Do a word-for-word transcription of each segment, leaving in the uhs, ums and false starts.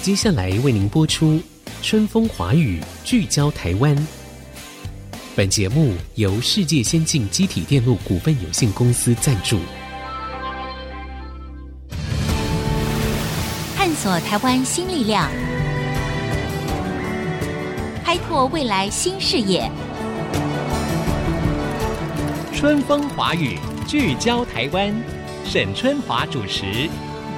接下来为您播出春风华语，聚焦台湾。本节目由世界先进机体电路股份有限公司赞助。 探索台湾新力量，开拓未来新视野。 春风华语，聚焦台湾。沈春华主持。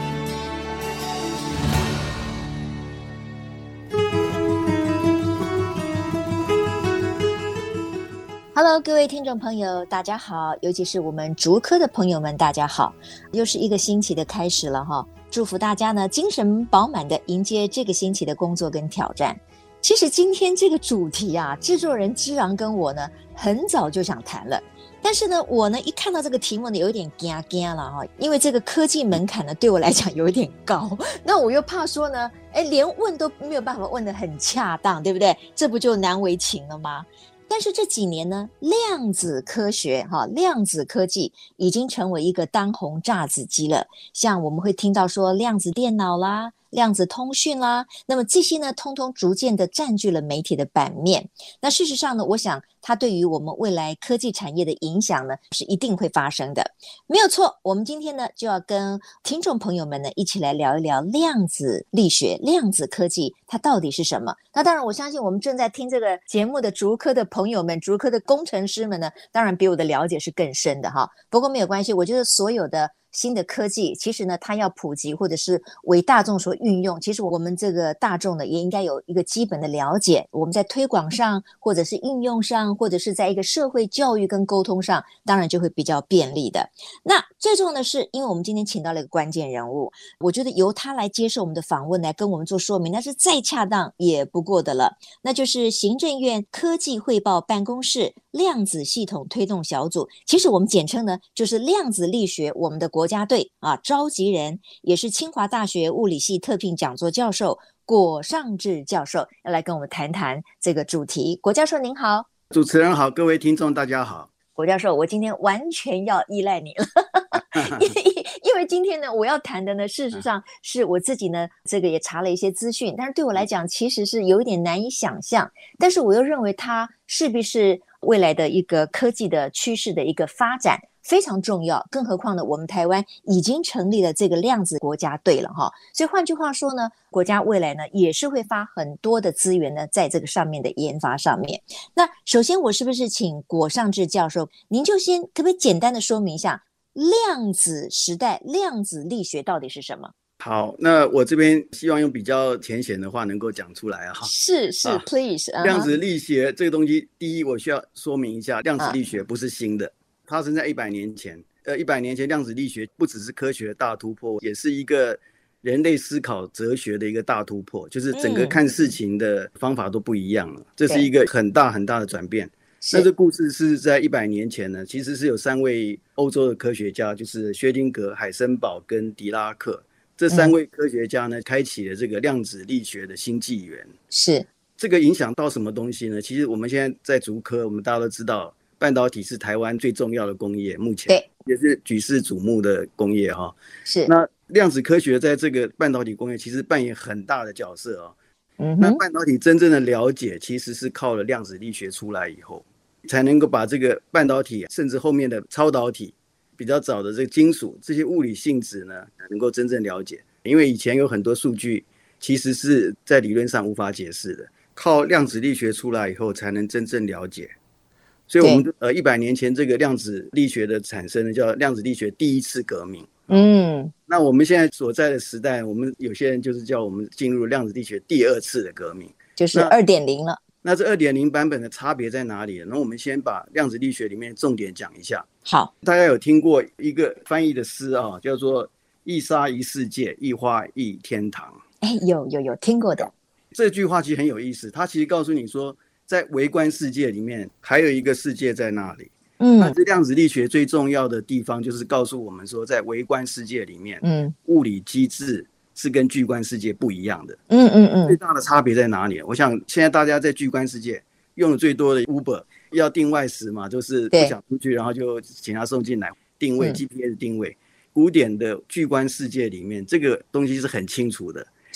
Hello， 各位听众朋友，大家好，尤其是我们竹科的朋友们，大家好，又是一个星期的开始了哈。祝福大家呢，精神饱满的迎接这个星期的工作跟挑战。其实今天这个主题啊，制作人之昂跟我呢，很早就想谈了。但是呢，我呢一看到这个题目呢，有一点怕怕了哈，因为这个科技门槛呢，对我来讲有一点高。那我又怕说呢，哎，连问都没有办法问得很恰当，对不对？这不就难为情了吗？但是这几年呢，量子科学哈，量子科技已经成为一个当红炸子鸡了。像我们会听到说量子电脑啦，量子通讯啦，那么这些呢，通通逐渐的占据了媒体的版面。那事实上呢，我想它对于我们未来科技产业的影响呢，是一定会发生的，没有错。我们今天呢，就要跟听众朋友们呢，一起来聊一聊量子力学、量子科技它到底是什么。那当然，我相信我们正在听这个节目的竹科的朋友们、竹科的工程师们呢，当然比我的了解是更深的哈。不过没有关系，我觉得所有的新的科技，其实呢，它要普及或者是为大众所运用，其实我们这个大众呢，也应该有一个基本的了解。我们在推广上，或者是应用上，或者是在一个社会教育跟沟通上，当然就会比较便利的。那最重要的是，因为我们今天请到了一个关键人物，我觉得由他来接受我们的访问，来跟我们做说明，那是再恰当也不过的了。那就是行政院科技汇报办公室量子系统推动小组，其实我们简称呢，就是量子力学我们的国家队啊，召集人也是清华大学物理系特聘讲座教授果尚志教授，要来跟我们谈谈这个主题。果教授您好。 主持人好，各位听众大家好。 果教授，我今天完全要依赖你了因, 因为今天呢，我要谈的呢，事实上是我自己呢，这个也查了一些资讯，但是对我来讲其实是有一点难以想象，但是我又认为它势必是未来的一个科技的趋势的一个发展，非常重要。更何况呢，我们台湾已经成立了这个量子国家队了哈，所以换句话说呢，国家未来呢也是会发很多的资源呢在这个上面的研发上面。那首先我是不是请果尚志教授，您就先可不可以简单的说明一下量子时代量子力学到底是什么？ 好，那我这边希望用比较浅显的话能够讲出来啊。 是是、啊、please、uh-huh. 量子力学这个东西，第一我需要说明一下，量子力学不是新的，发生在一百年前。呃，一百年前量子力学不只是科学的大突破，也是一个人类思考哲学的一个大突破，就是整个看事情的方法都不一样了、嗯、这是一个很大很大的转变。那这故事是在一百年前呢，其实是有三位欧洲的科学家，就是薛丁格、海森堡跟狄拉克，这三位科学家呢，开启了这个量子力学的新纪元。 是这个影响到什么东西呢？其实我们现在在竹科，我们大家都知道，半导体是台湾最重要的工业，目前也是举世瞩目的工业哈。 是那量子科学在这个半导体工业其实扮演很大的角色啊。嗯，那半导体真正的了解，其实是靠了量子力学出来以后，才能够把这个半导体，甚至后面的超导体，比较早的这个金属这些物理性质呢，能够真正了解。因为以前有很多数据其实是在理论上无法解释的，靠量子力学出来以后才能真正了解。所以我们呃一百年前这个量子力学的产生呢，叫量子力学第一次革命。嗯，那我们现在所在的时代，我们有些人就是叫我们进入量子力学第二次的革命， 就是 二点零 了。 那这 二点零 版本的差别在哪里呢？那我们先把量子力学里面重点讲一下。 好， 大家有听过一个翻译的诗啊，叫做一沙一世界，一花一天堂。 哎，有有有听过的。 这句话其实很有意思，它其实告诉你说，在微观世界里面还有一个世界在那里。嗯，那这量子力学最重要的地方就是告诉我们说，在微观世界里面，嗯，物理机制是跟巨观世界不一样的。嗯嗯嗯，最大的差别在哪里？我想现在大家在巨观世界用的最多的 Uber 要订外食嘛，就是不想出去，然后就请他送进来，定位、嗯、G P S 定位。古典的巨观世界里面，这个东西是很清楚的。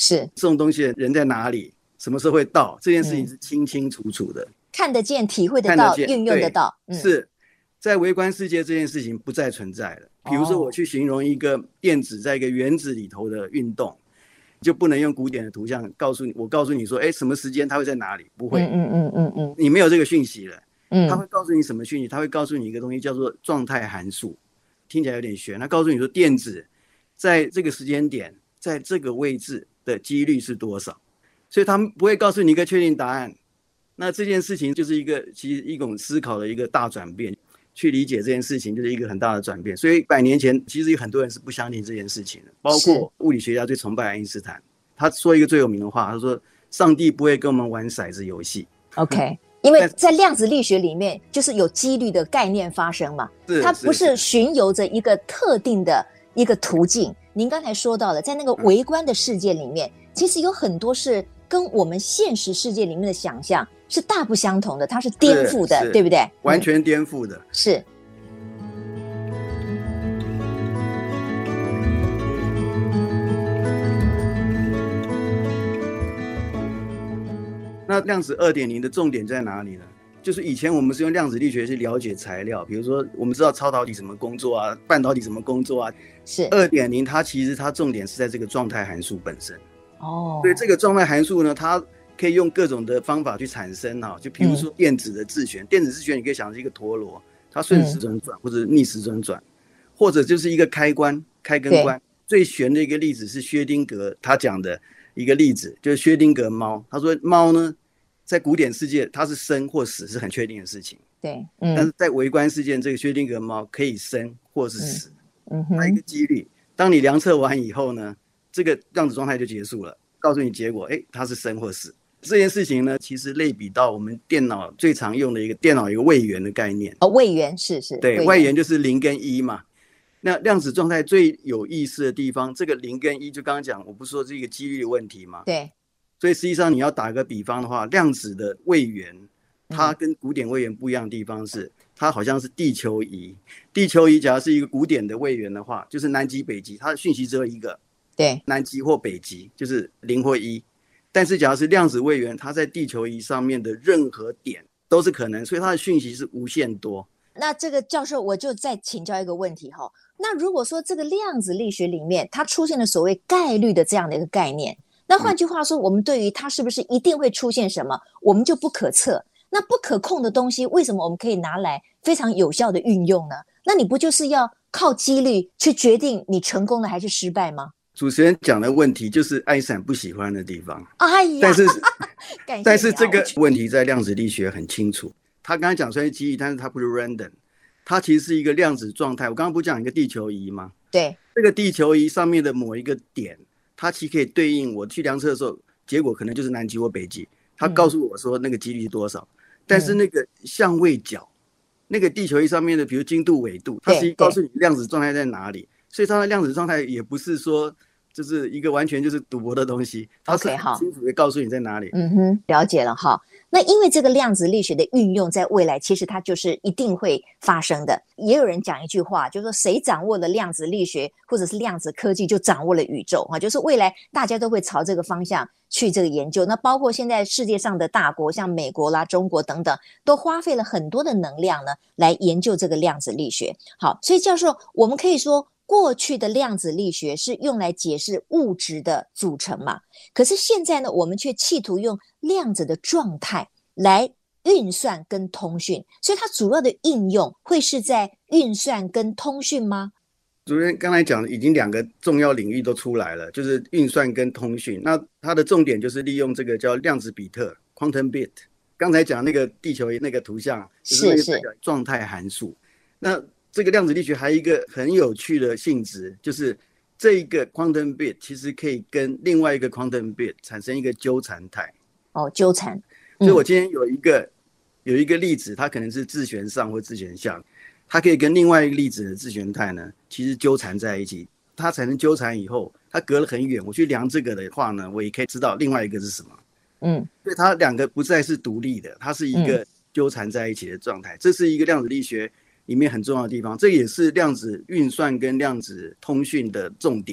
是送东西的人在哪里，什么时候会到，这件事情是清清楚楚的，嗯、 看得见、体会得到、运用得到。 嗯、是在微观世界这件事情不再存在了。比如说，我去形容一个电子在一个原子里头的运动。就不能用古典的图像告诉你，我告诉你说，哎，什么时间它会在哪里？不会， 嗯嗯嗯嗯， 你没有这个讯息了。 嗯， 它会告诉你什么讯息？它会告诉你一个东西叫做状态函数，听起来有点玄。它告诉你说，电子在这个时间点，在这个位置的几率是多少，所以它不会告诉你一个确定答案。那这件事情就是一个其实一种思考的一个大转变。去理解这件事情就是一个很大的转变，所以百年前其实有很多人是不相信这件事情的，包括物理学家最崇拜爱因斯坦，他说一个最有名的话，他说上帝不会跟我们玩骰子游戏。 OK， 因为在量子力学里面就是有几率的概念发生嘛，它不是循游着一个特定的一个途径。您刚才说到了在那个微观的世界里面、嗯、其实有很多是跟我们现实世界里面的想象是大不相同的，它是颠覆的，对不对？ 完全颠覆的、嗯、 是。 那量子 二点零 的重点在哪里呢？就是以前我们是用量子力学去了解材料，比如说我们知道超导体怎么工作啊，半导体怎么工作啊， 是二点零 它其实它重点是在这个状态函数本身。 哦， 所以这个状态函数呢，它可以用各种的方法去产生，就比如说电子的自旋、嗯、电子自旋你可以想是一个陀螺，它顺时针转、嗯、或者逆时针转，或者就是一个开关开跟关。最玄的一个例子是薛丁格他讲的一个例子，就是薛丁格猫。他说猫呢在古典世界它是生或死是很确定的事情， 对、嗯、 但是在微观世界这个薛丁格猫可以生或是死， 嗯它一个几率，当你量测完以后呢，这个量子状态就结束了，告诉你结果，哎，它是生或死。这件事情呢，其实类比到我们电脑最常用的一个电脑一个位元的概念。 哦，位元是是， 对，位元就是零跟一嘛。那量子状态最有意思的地方，这个零跟一就刚刚讲，我不是说是一个几率的问题吗？ 对。 所以实际上你要打个比方的话，量子的位元，它跟古典位元不一样的地方是，它好像是地球仪。地球仪假如是一个古典的位元的话，就是南极北极，它的讯息只有一个。 对， 南极或北极就是零或一，但是假如是量子位元，它在地球仪上面的任何点都是可能，所以它的讯息是无限多。 那这个教授，我就再请教一个问题哈。那如果说这个量子力学里面它出现了所谓概率的这样的一个概念，那换句话说，我们对于它是不是一定会出现什么，我们就不可测。那不可控的东西，为什么我们可以拿来非常有效的运用呢？那你不就是要靠几率去决定你成功了还是失败吗？ 主持人讲的问题就是爱因斯坦不喜欢的地方。 哎呀， 但是但是这个问题在量子力学很清楚。他刚才讲出来是几率，但是它不是 random， 它其实是一个量子状态。我刚刚不讲一个地球仪吗？ 对， 这个地球仪上面的某一个点，它其实可以对应我去量测的时候，结果可能就是南极或北极。它告诉我说那个几率是多少，嗯、但是那个相位角，那个地球仪上面的，比如经度、纬度，它其实告诉你量子状态在哪里。所以它的量子状态也不是说就是一个完全就是赌博的东西，它是很清楚的告诉你在哪里。 嗯哼，了解了哈。那因为这个量子力学的运用在未来其实它就是一定会发生的。也有人讲一句话，就是说谁掌握了量子力学或者是量子科技就掌握了宇宙，就是未来大家都会朝这个方向去这个研究。那包括现在世界上的大国像美国啦、中国等等，都花费了很多的能量呢来研究这个量子力学。好，所以教授，我们可以说过去的量子力学是用来解释物质的组成嘛，可是现在呢，我们却企图用量子的状态来运算跟通讯，所以它主要的应用会是在运算跟通讯吗？ 主任刚才讲已经两个重要领域都出来了，就是运算跟通讯。那它的重点就是利用这个叫量子比特 quantum bit。刚才讲那个地球那个图像就是那个状态函数。那这个量子力学还有一个很有趣的性质，就是这一个 quantum bit 其实可以跟另外一个 quantum bit 产生一个纠缠态。 哦，纠缠。 嗯、所以我今天有一个有一个粒子，它可能是自旋上或自旋下，它可以跟另外一个粒子的自旋态呢，其实纠缠在一起。它产生纠缠以后，它隔了很远，我去量这个的话呢，我也可以知道另外一个是什么。嗯，所以它两个不再是独立的，它是一个纠缠在一起的状态。嗯、这是一个量子力学里面很重要的地方，这也是量子运算跟量子通讯的重点。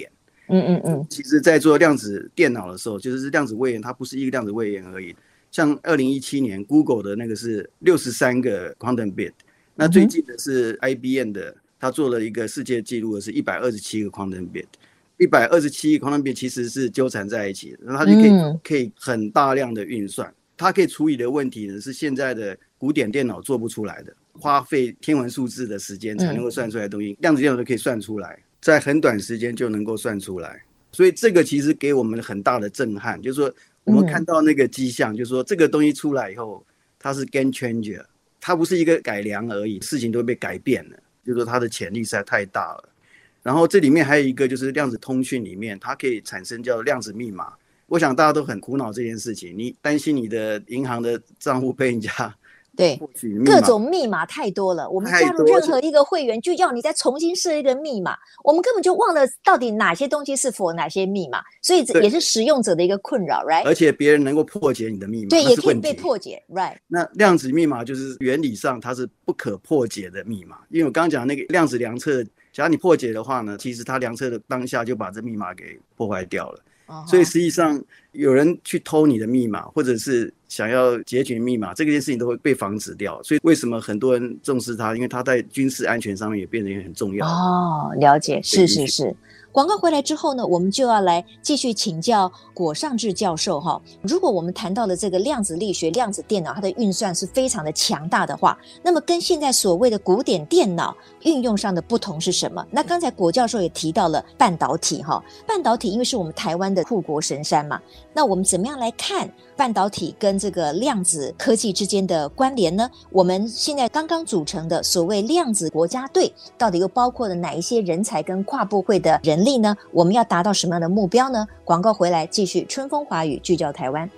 嗯嗯嗯。 其实在做量子电脑的时候，就是量子位元它不是一个量子位元而已，像二零一七年 Google 的那个是六十三个 quantum bit， 那最近的是 I B M 的，它做了一个世界纪录的是一百二十七个 quantum bit， 一百二十七个 quantum bit 其实是纠缠在一起的，然后它就可以、嗯、可以很大量的运算，它可以处理的问题呢是现在的古典电脑做不出来的，花费天文数字的时间才能够算出来的东西、嗯、量子电脑都可以算出来，在很短时间就能够算出来，所以这个其实给我们很大的震撼，就是说我们看到那个迹象、嗯、就是说这个东西出来以后它是 game changer， 它不是一个改良而已，事情都被改变了，就是说它的潜力实在太大了。然后这里面还有一个就是量子通讯里面它可以产生叫量子密码，我想大家都很苦恼这件事情，你担心你的银行的账户被人家对，各种密码太多了，我们加入任何一个会员就要你再重新设一个密码，我们根本就忘了到底哪些东西是符合哪些密码，所以也是使用者的一个困扰 right？ 而且别人能够破解你的密码， 对，也可以被破解 right？ 那量子密码就是原理上它是不可破解的密码，因为我刚刚讲那个量子量测，假如你破解的话呢，其实它量测的当下就把这密码给破坏掉了， uh-huh. 所以实际上有人去偷你的密码或者是想要截取密码，这件事情都会被防止掉，所以为什么很多人重视它，因为它在军事安全上面也变得很重要。 哦，了解，是是是。广告回来之后呢，我们就要来继续请教果尚志教授哈。如果我们谈到了这个量子力学、量子电脑，它的运算是非常的强大的话，那么跟现在所谓的古典电脑运用上的不同是什么？那刚才果教授也提到了半导体哈，半导体因为是我们台湾的护国神山嘛，那我们怎么样来看半导体跟这个量子科技之间的关联呢？我们现在刚刚组成的所谓量子国家队，到底又包括了哪一些人才跟跨部会的人力呢？我们要达到什么样的目标呢？广告回来继续春风华语聚焦台湾。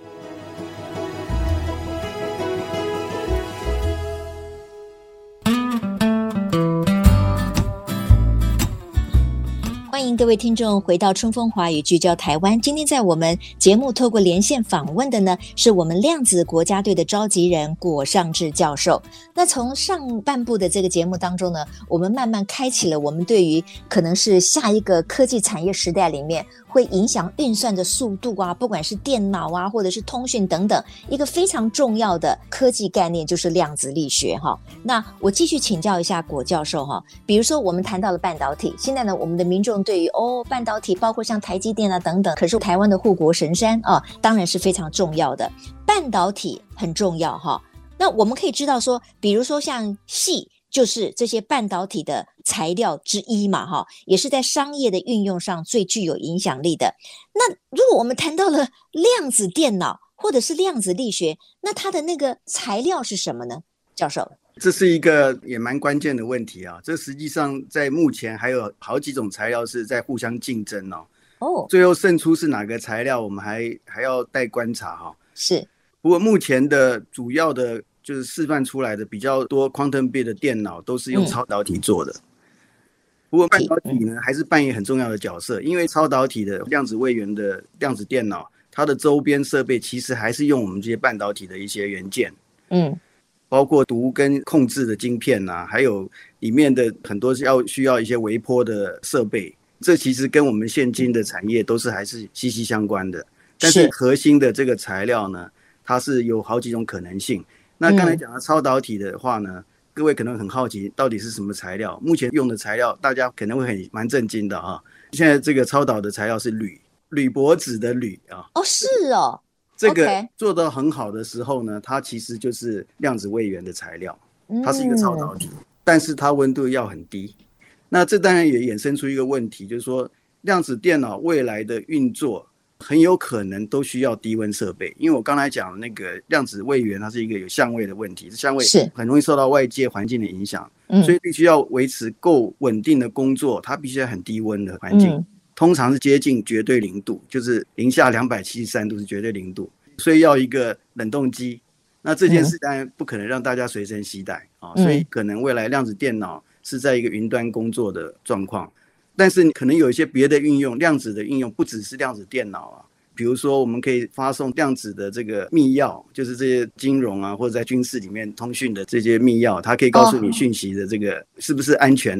欢迎各位听众回到春风华语聚焦台湾。今天在我们节目透过连线访问的呢，是我们量子国家队的召集人果尚志教授。那从上半部的这个节目当中呢，我们慢慢开启了我们对于可能是下一个科技产业时代里面会影响运算的速度啊，不管是电脑啊或者是通讯等等，一个非常重要的科技概念就是量子力学哈。那我继续请教一下果教授哈，比如说我们谈到了半导体，现在呢我们的民众对于哦半导体包括像台积电啊等等，可是台湾的护国神山啊，当然是非常重要的，半导体很重要哈。那我们可以知道说，比如说像矽就是这些半导体的材料之一嘛哈，也是在商业的运用上最具有影响力的。那如果我们谈到了量子电脑或者是量子力学，那它的那个材料是什么呢？教授， 这是一个也蛮关键的问题啊。这实际上在目前还有好几种材料是在互相竞争哦。哦，最后胜出是哪个材料，我们还还要待观察哈。 是， 不过目前的主要的就是示范出来的比较多 quantum bit 的电脑都是用超导体做的。嗯、不过半导体呢还是扮演很重要的角色，因为超导体的量子位元的量子电脑，它的周边设备其实还是用我们这些半导体的一些元件。嗯。包括读跟控制的晶片啊，还有里面的很多是要需要一些微波的设备，这其实跟我们现今的产业都是还是息息相关的。但是核心的这个材料呢，它是有好几种可能性。那刚才讲的超导体的话呢，嗯、各位可能很好奇到底是什么材料。目前用的材料大家可能会很蛮震惊的啊。现在这个超导的材料是铝，铝箔纸的铝啊。 哦，是哦。 这个做得很好的时候呢，它其实就是量子位元的材料，它是一个超导体，嗯、但是它温度要很低。那这当然也衍生出一个问题，就是说量子电脑未来的运作很有可能都需要低温设备，因为我刚才讲那个量子位元它是一个有相位的问题，相位很容易受到外界环境的影响，所以必须要维持够稳定的工作，它必须要很低温的环境。嗯，通常是接近绝对零度，就是零下两百七十三度是绝对零度，所以要一个冷冻机。那这件事当然不可能让大家随身携带啊，所以可能未来量子电脑是在一个云端工作的状况，但是可能有一些别的运用，量子的运用不只是量子电脑啊，比如说我们可以发送量子的这个密钥，就是这些金融啊或者在军事里面通讯的这些密钥，它可以告诉你讯息的这个是不是安全的。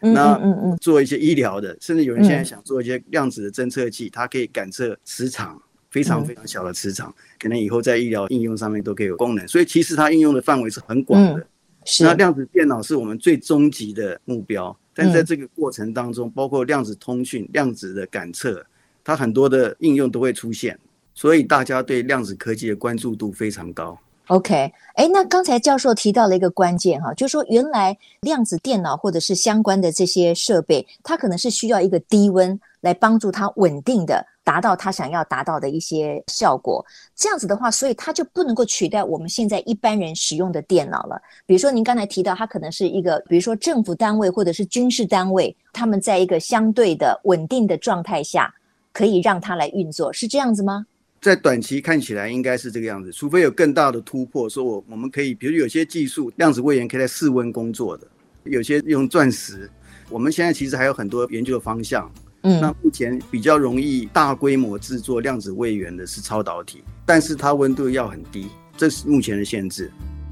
那做一些医疗的，甚至有人现在想做一些量子的侦测器，它可以感测磁场，非常非常小的磁场，可能以后在医疗应用上面都可以有功能。所以其实它应用的范围是很广的。那量子电脑是我们最终极的目标，但是在这个过程当中，包括量子通讯、量子的感测，它很多的应用都会出现，所以大家对量子科技的关注度非常高。 OK， 哎，那刚才教授提到了一个关键哈，就是说原来量子电脑或者是相关的这些设备，它可能是需要一个低温来帮助它稳定的达到它想要达到的一些效果。这样子的话，所以它就不能够取代我们现在一般人使用的电脑了。比如说您刚才提到，它可能是一个，比如说政府单位或者是军事单位，他们在一个相对的稳定的状态下，可以让它来运作，是这样子吗？ 在短期看起来应该是这个样子，除非有更大的突破，说我我们可以，比如有些技术，量子位元可以在室温工作的，有些用钻石，我们现在其实还有很多研究的方向。嗯，那目前比较容易大规模制作量子位元的是超导体，但是它温度要很低，这是目前的限制。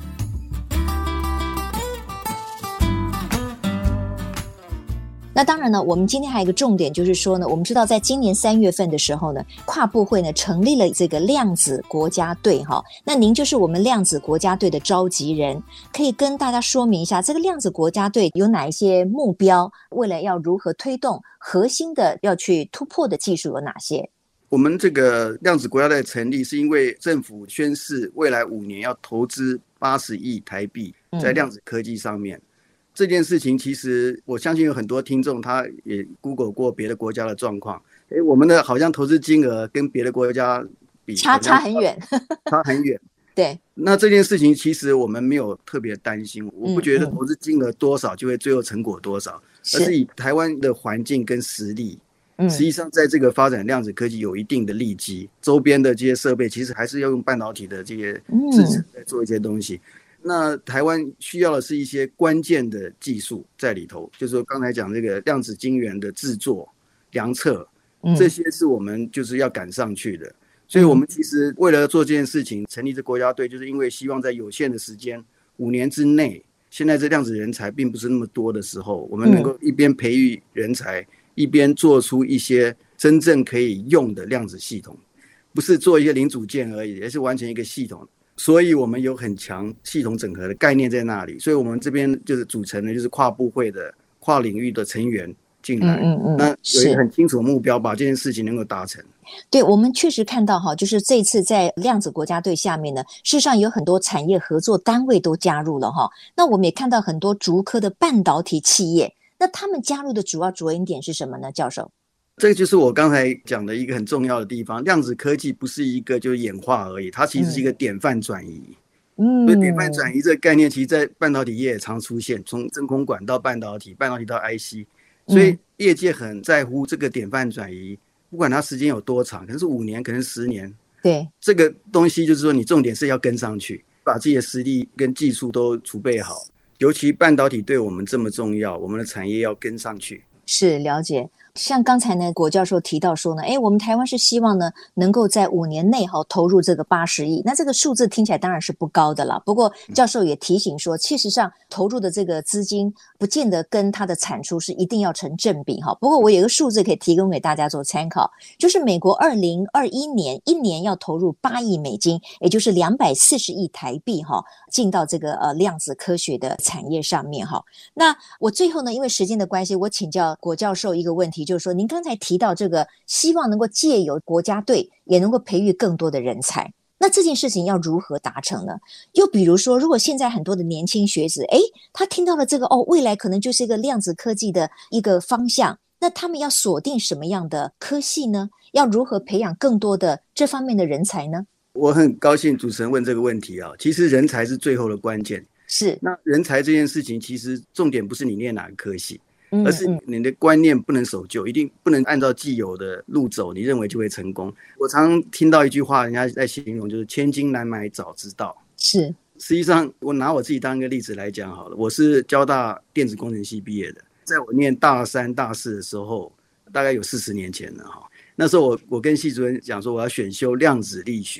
那当然呢，我们今天还有一个重点，就是说呢，我们知道在今年三月份的时候呢，跨部会呢成立了这个量子国家队哈。那您就是我们量子国家队的召集人，可以跟大家说明一下，这个量子国家队有哪一些目标，未来要如何推动，核心的要去突破的技术有哪些？ 我们这个量子国家队成立是因为政府宣示未来五年要投资八十亿台币在量子科技上面。嗯，这件事情其实我相信有很多听众他也 Google 过别的国家的状况，诶，我们的好像投资金额跟别的国家比差差很远差很远。 对， 那这件事情其实我们没有特别担心，我不觉得投资金额多少就会最后成果多少，嗯，而是以台湾的环境跟实力，实际上在这个发展量子科技有一定的利基，周边的这些设备其实还是要用半导体的这些制程来做一些东西。那台湾需要的是一些关键的技术在里头，就是说刚才讲这个量子晶圆的制作、量测，这些是我们就是要赶上去的。所以我们其实为了做这件事情，成立这国家队，就是因为希望在有限的时间，五年之内，现在这量子人才并不是那么多的时候，我们能够一边培育人才，一边做出一些真正可以用的量子系统，不是做一些零组件而已，而是完成一个系统。所以我们有很强系统整合的概念在那里，所以我们这边就是组成的就是跨部会的跨领域的成员进来，嗯嗯嗯，那有一个很清楚的目标，把这件事情能够达成。 对，我们确实看到哈，就是这一次在量子国家队下面呢，事实上有很多产业合作单位都加入了哈。那我们也看到很多竹科的半导体企业，那他们加入的主要着眼点是什么呢？教授？ 这个就是我刚才讲的一个很重要的地方，量子科技不是一个就是演化而已，它其实是一个典范转移。嗯，所以典范转移这个概念，其实在半导体业也常出现，从真空管到半导体，半导体到 I C， 所以业界很在乎这个典范转移，不管它时间有多长，可能是五年，可能十年。 对， 这个东西就是说，你重点是要跟上去，把自己的实力跟技术都储备好，尤其半导体对我们这么重要，我们的产业要跟上去。 是，了解。像刚才呢，郭教授提到说呢，哎，我们台湾是希望呢，能够在五年内哈投入这个八十亿。那这个数字听起来当然是不高的啦。不过教授也提醒说，事实上投入的这个资金不见得跟它的产出是一定要成正比哈。不过我有一个数字可以提供给大家做参考，就是美国二零二一年一年要投入八亿美金，也就是两百四十亿台币哈，进到这个呃量子科学的产业上面哈。那我最后呢，因为时间的关系，我请教郭教授一个问题。就是说您刚才提到这个希望能够借由国家队也能够培育更多的人才，那这件事情要如何达成呢？又比如说如果现在很多的年轻学子诶他听到了这个哦，未来可能就是一个量子科技的一个方向，那他们要锁定什么样的科系呢？要如何培养更多的这方面的人才呢？ 我很高兴主持人问这个问题啊，其实人才是最后的关键。 是， 那人才这件事情其实重点不是你念哪个科系，而是你的观念不能守旧，一定不能按照既有的路走，你认为就会成功。我常听到一句话，人家在形容就是千金难买早知道。 是， 实际上我拿我自己当一个例子来讲好了，我是交大电子工程系毕业的，在我念大三大四的时候，大概有四十年前了哈。那时候我我跟系主任讲说我要选修量子力学，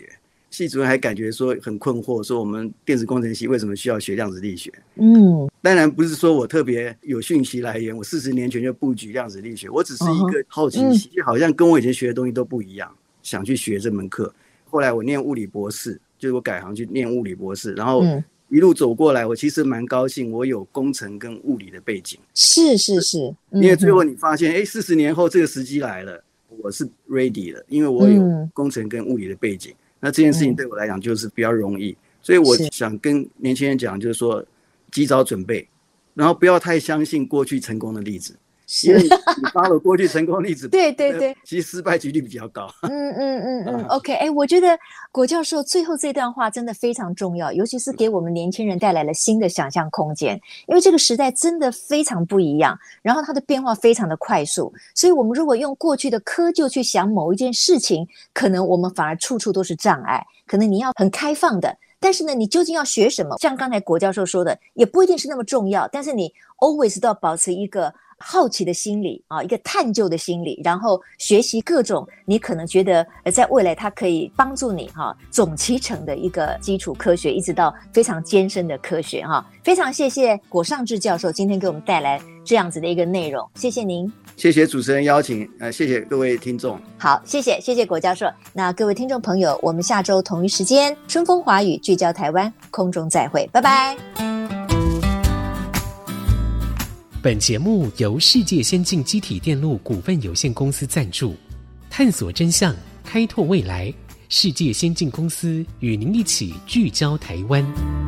系主任还感觉说很困惑，说我们电子工程系为什么需要学量子力学？ 嗯， 当然不是说我特别有讯息来源，我四十年前就布局量子力学，我只是一个好奇心，就、嗯、好像跟我以前学的东西都不一样，想去学这门课。后来我念物理博士，就是我改行去念物理博士，然后一路走过来，我其实蛮高兴，我有工程跟物理的背景。 是是是， 因为最后你发现，哎，四十年后这个时机来了，我是 ready 了，因为我有工程跟物理的背景。嗯，那这件事情对我来讲就是比较容易，所以我想跟年轻人讲，就是说及早准备，然后不要太相信过去成功的例子，因为你发了过去成功的例子， 对对对， 其实失败几率比较高。 嗯嗯嗯嗯 ，OK， 哎，我觉得果教授最后这段话真的非常重要，尤其是给我们年轻人带来了新的想象空间，因为这个时代真的非常不一样，然后它的变化非常的快速，所以我们如果用过去的窠臼去想某一件事情，可能我们反而处处都是障碍，可能你要很开放的，但是呢，你究竟要学什么？像刚才果教授说的，也不一定是那么重要，但是你 always 都要保持一个好奇的心理啊，一个探究的心理，然后学习各种你可能觉得在未来它可以帮助你哈、啊、总其成的一个基础科学，一直到非常艰深的科学哈、啊。非常谢谢果尚志教授今天给我们带来这样子的一个内容，谢谢您。 谢谢主持人邀请，呃，谢谢各位听众。 好，谢谢，谢谢果教授。那各位听众朋友，我们下周同一时间，春风华语聚焦台湾，空中再会，拜拜。 本节目由世界先进机体电路股份有限公司赞助，探索真相，开拓未来。世界先进公司与您一起聚焦台湾。